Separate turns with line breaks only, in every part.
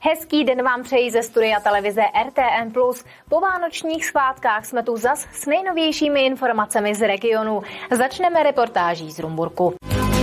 Hezký den vám přeji ze studia televize RTM+. Po vánočních svátkách jsme tu zas s nejnovějšími informacemi z regionu. Začneme reportáží z Rumburku.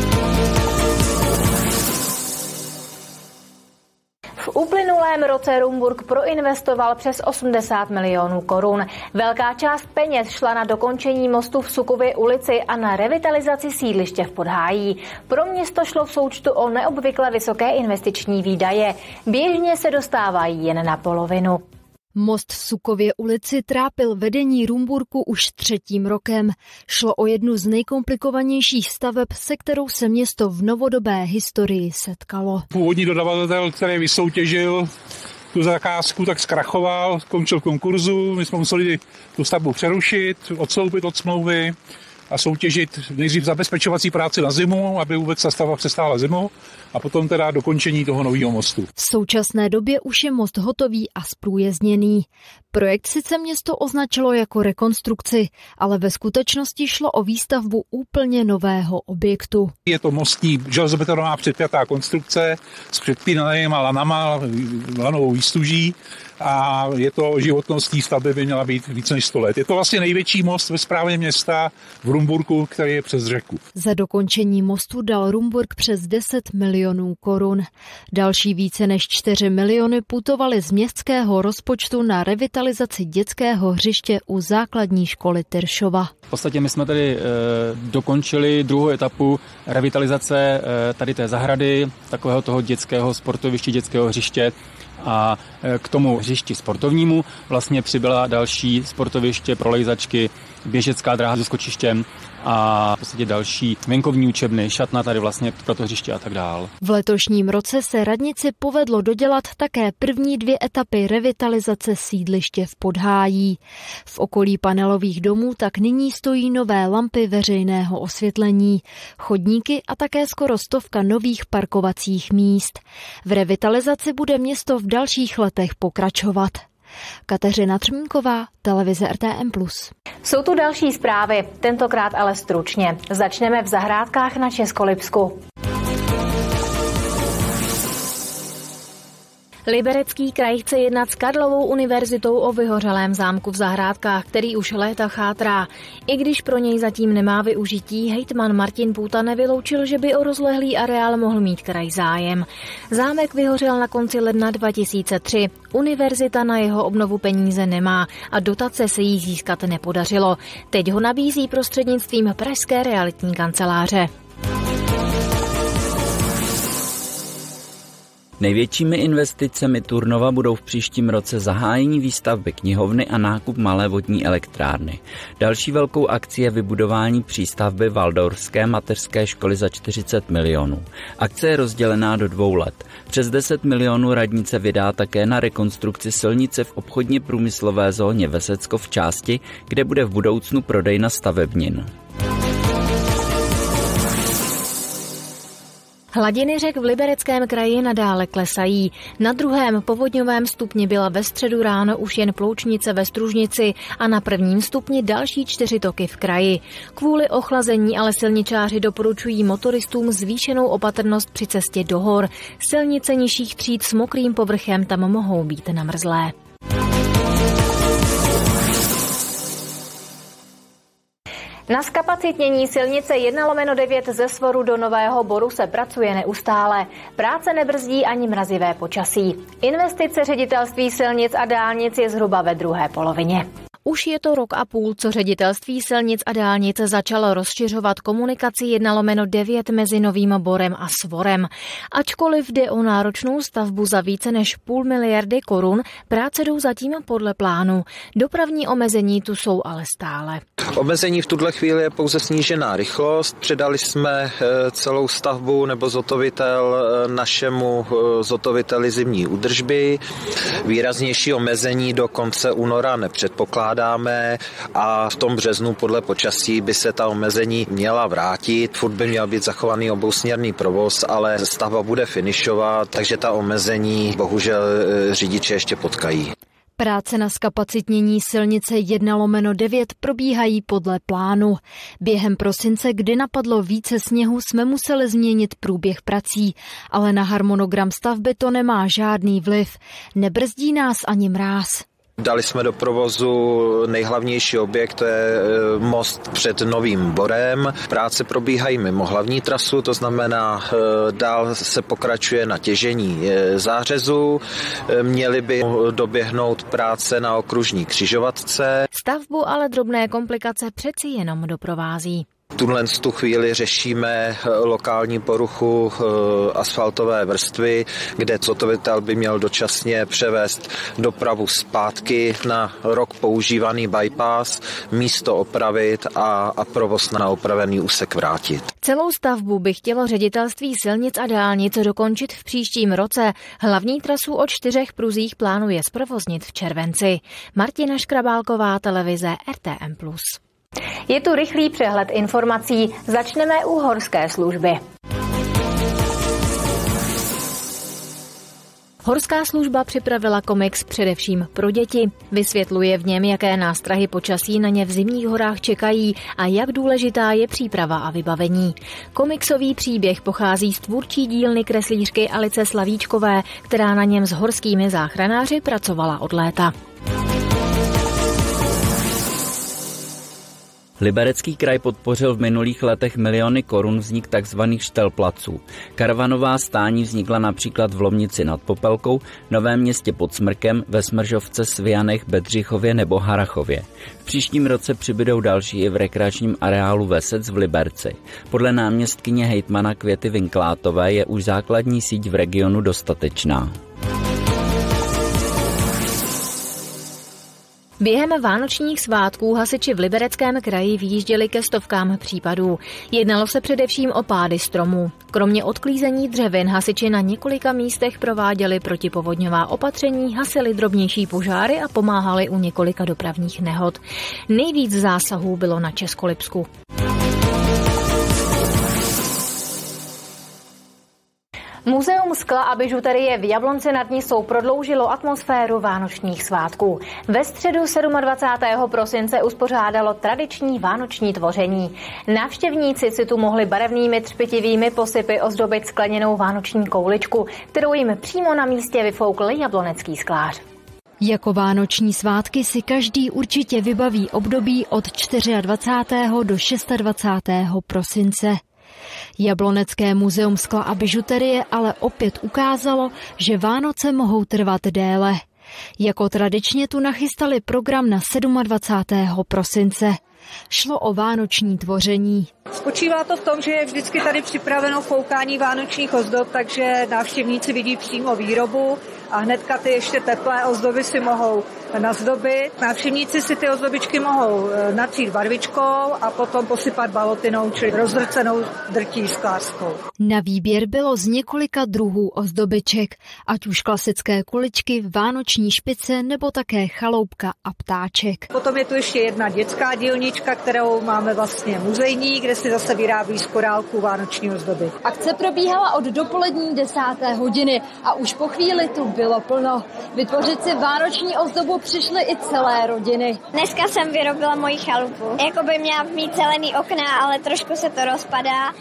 V uplynulém roce Rumburk proinvestoval přes 80 milionů korun. Velká část peněz šla na dokončení mostu v Sukově ulici a na revitalizaci sídliště v Podhájí. Pro město šlo v součtu o neobvykle vysoké investiční výdaje. Běžně se dostávají jen na polovinu.
Most v Sukově ulici trápil vedení Rumburku už 3. rokem. Šlo o jednu z nejkomplikovanějších staveb, se kterou se město v novodobé historii setkalo.
Původní dodavatel, který vysoutěžil tu zakázku, tak zkrachoval, skončil konkurzu. My jsme museli tu stavbu přerušit, odstoupit od smlouvy a soutěžit nejdřív zabezpečovací práci na zimu, aby vůbec ta stavba přestála zimu, a potom teda dokončení toho nového mostu.
V současné době už je most hotový a zprůjezdněný. Projekt sice město označilo jako rekonstrukci, ale ve skutečnosti šlo o výstavbu úplně nového objektu.
Je to mostní železobetonová předpjatá konstrukce s předpínanými lanama, lanovou výstuží, a je to životnost té stavby by měla být více než 100 let. Je to vlastně největší most ve správě města v Rumburku, který je přes řeku.
Za dokončení mostu dal Rumburk přes 10 milionů korun. Další více než 4 miliony putovaly z městského rozpočtu na revitalizaci dětského hřiště u základní školy Tyršova.
V podstatě my jsme tady dokončili druhou etapu revitalizace tady té zahrady, takového toho dětského sportoviště, dětského hřiště. A k tomu hřišti sportovnímu vlastně přibyla další sportoviště pro lejzačky, běžecká dráha se skočištěm a v podstatě další venkovní učebny, šatna tady vlastně pro to hřiště a tak dál.
V letošním roce se radnici povedlo dodělat také první 2 etapy revitalizace sídliště v Podhájí. V okolí panelových domů tak nyní stojí nové lampy veřejného osvětlení, chodníky a také skoro 100 nových parkovacích míst. V revitalizaci bude město v dalších letech pokračovat. Kateřina Třmínková, televize RTM+.
Jsou tu další zprávy, tentokrát ale stručně. Začneme v zahrádkách na Českolipsku. Liberecký kraj chce jednat s Karlovou univerzitou o vyhořelém zámku v Zahrádkách, který už léta chátrá. I když pro něj zatím nemá využití, hejtman Martin Půta nevyloučil, že by o rozlehlý areál mohl mít kraj zájem. Zámek vyhořel na konci ledna 2003. Univerzita na jeho obnovu peníze nemá a dotace se jí získat nepodařilo. Teď ho nabízí prostřednictvím pražské realitní kanceláře.
Největšími investicemi Turnova budou v příštím roce zahájení výstavby knihovny a nákup malé vodní elektrárny. Další velkou akcí je vybudování přístavby Valdorfské mateřské školy za 40 milionů. Akce je rozdělená do 2 let. Přes 10 milionů radnice vydá také na rekonstrukci silnice v obchodně průmyslové zóně Vesecko v části, kde bude v budoucnu prodejna stavebnin.
Hladiny řek v Libereckém kraji nadále klesají. Na 2. povodňovém stupni byla ve středu ráno už jen Ploučnice ve Stružnici a na 1. stupni další 4 toky v kraji. Kvůli ochlazení ale silničáři doporučují motoristům zvýšenou opatrnost při cestě do hor. Silnice nižších tříd s mokrým povrchem tam mohou být namrzlé. Na zkapacitnění silnice 1/9 ze Svoru do Nového Boru se pracuje neustále. Práce nebrzdí ani mrazivé počasí. Investice Ředitelství silnic a dálnic je zhruba ve druhé polovině. Už je to 1,5 roku, co Ředitelství silnic a dálnic začalo rozšiřovat komunikaci 1/9 mezi Novým Borem a Svorem. Ačkoliv jde o náročnou stavbu za více než 0,5 miliardy korun, práce jdou zatím podle plánu. Dopravní omezení tu jsou ale stále.
Omezení v tuhle chvíli je pouze snížená rychlost. Předali jsme celou stavbu nebo zhotovitel našemu zhotoviteli zimní údržby. Výraznější omezení do konce února nepředpokládáme a v tom březnu podle počasí by se ta omezení měla vrátit. Furt by měl být zachovaný obousměrný provoz, ale stavba bude finišovat, takže ta omezení bohužel řidiče ještě potkají.
Práce na zkapacitnění silnice 1/9 probíhají podle plánu. Během prosince, kdy napadlo více sněhu, jsme museli změnit průběh prací, ale na harmonogram stavby to nemá žádný vliv. Nebrzdí nás ani mráz.
Dali jsme do provozu nejhlavnější objekt, to je most před Novým Borem. Práce probíhají mimo hlavní trasu, to znamená, dál se pokračuje na těžení zářezu. Měly by doběhnout práce na okružní křižovatce.
Stavbu ale drobné komplikace přeci jenom doprovází.
V tu chvíli řešíme lokální poruchu asfaltové vrstvy, kde zhotovitel by měl dočasně převést dopravu zpátky na rok používaný bypass, místo opravit a provoz na opravený úsek vrátit.
Celou stavbu by chtělo ředitelství silnic a dálnic dokončit v příštím roce. Hlavní trasu o 4 pruzích plánuje zprovoznit v červenci. Martina Škrabálková, televize RTM+. Je tu rychlý přehled informací. Začneme u horské služby. Horská služba připravila komiks především pro děti. Vysvětluje v něm, jaké nástrahy počasí na ně v zimních horách čekají a jak důležitá je příprava a vybavení. Komiksový příběh pochází z tvůrčí dílny kreslířky Alice Slavíčkové, která na něm s horskými záchranáři pracovala od léta.
Liberecký kraj podpořil v minulých letech miliony korun vznik tzv. Štelplaců. Karavanová stání vznikla například v Lomnici nad Popelkou, Novém Městě pod Smrkem, ve Smržovce, Svianech, Bedřichově nebo Harrachově. V příštím roce přibydou další i v rekreačním areálu Vesec v Liberci. Podle náměstkyně hejtmana Květy Vinklátové je už základní síť v regionu dostatečná.
Během vánočních svátků hasiči v Libereckém kraji vyjížděli ke stovkám případů. Jednalo se především o pády stromů. Kromě odklízení dřevin hasiči na několika místech prováděli protipovodňová opatření, hasili drobnější požáry a pomáhali u několika dopravních nehod. Nejvíc zásahů bylo na Českolipsku. Muzeum skla a bižuterie v Jablonci nad Nisou prodloužilo atmosféru vánočních svátků. Ve středu 27. prosince uspořádalo tradiční vánoční tvoření. Návštěvníci si tu mohli barevnými třpitivými posypy ozdobit skleněnou vánoční kouličku, kterou jim přímo na místě vyfoukl jablonecký sklář.
Jako vánoční svátky si každý určitě vybaví období od 24. do 26. prosince. Jablonecké muzeum skla a bižuterie ale opět ukázalo, že Vánoce mohou trvat déle. Jako tradičně tu nachystali program na 27. prosince. Šlo o vánoční tvoření.
Spočívá to v tom, že je vždycky tady připraveno foukání vánočních ozdob, takže návštěvníci vidí přímo výrobu a hnedka ty ještě teplé ozdoby si mohou nazdobit. Návštěvníci si ty ozdobičky mohou natřít barvičkou a potom posypat balotinou, čili rozdrcenou drtí sklářskou.
Na výběr bylo z několika druhů ozdobiček, ať už klasické kuličky, vánoční špice nebo také chaloupka a ptáček.
Potom je tu ještě jedna dětská dílnička, kterou máme vlastně muzejní, kde si zase vyrábí z korálků vánoční ozdoby.
Akce probíhala od dopolední 10. hodiny a už po chvíli tu bylo plno. Vytvořit si vánoční ozdobu přišly i celé rodiny.
Dneska jsem vyrobila moji chalupu. Jakoby měla mít zelený okna, ale trošku se to rozpadá.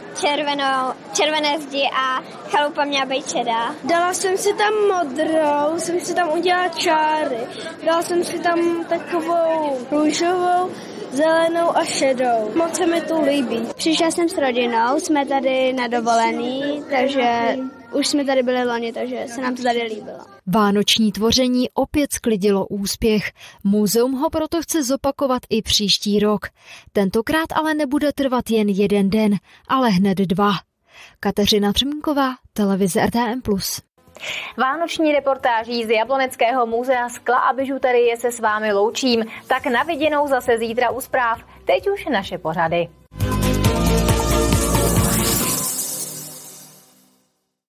Červené zdi a chalupa měla být šedá.
Dala jsem si tam modrou, jsem si tam udělala čáry. Dala jsem si tam takovou růžovou, zelenou a šedou. Moc se mi tu líbí.
Přišla jsem s rodinou, jsme tady na dovolený, takže už jsme tady byli loni, takže se nám to tady líbilo.
Vánoční tvoření opět sklidilo úspěch. Muzeum ho proto chce zopakovat i příští rok. Tentokrát ale nebude trvat jen jeden den, ale hned 2. Kateřina Třmínková, televize RTM+.
Vánoční reportáží z Jabloneckého muzea skla a bižuterie se s vámi loučím. Tak na viděnou zase zítra u zpráv. Teď už naše pořady.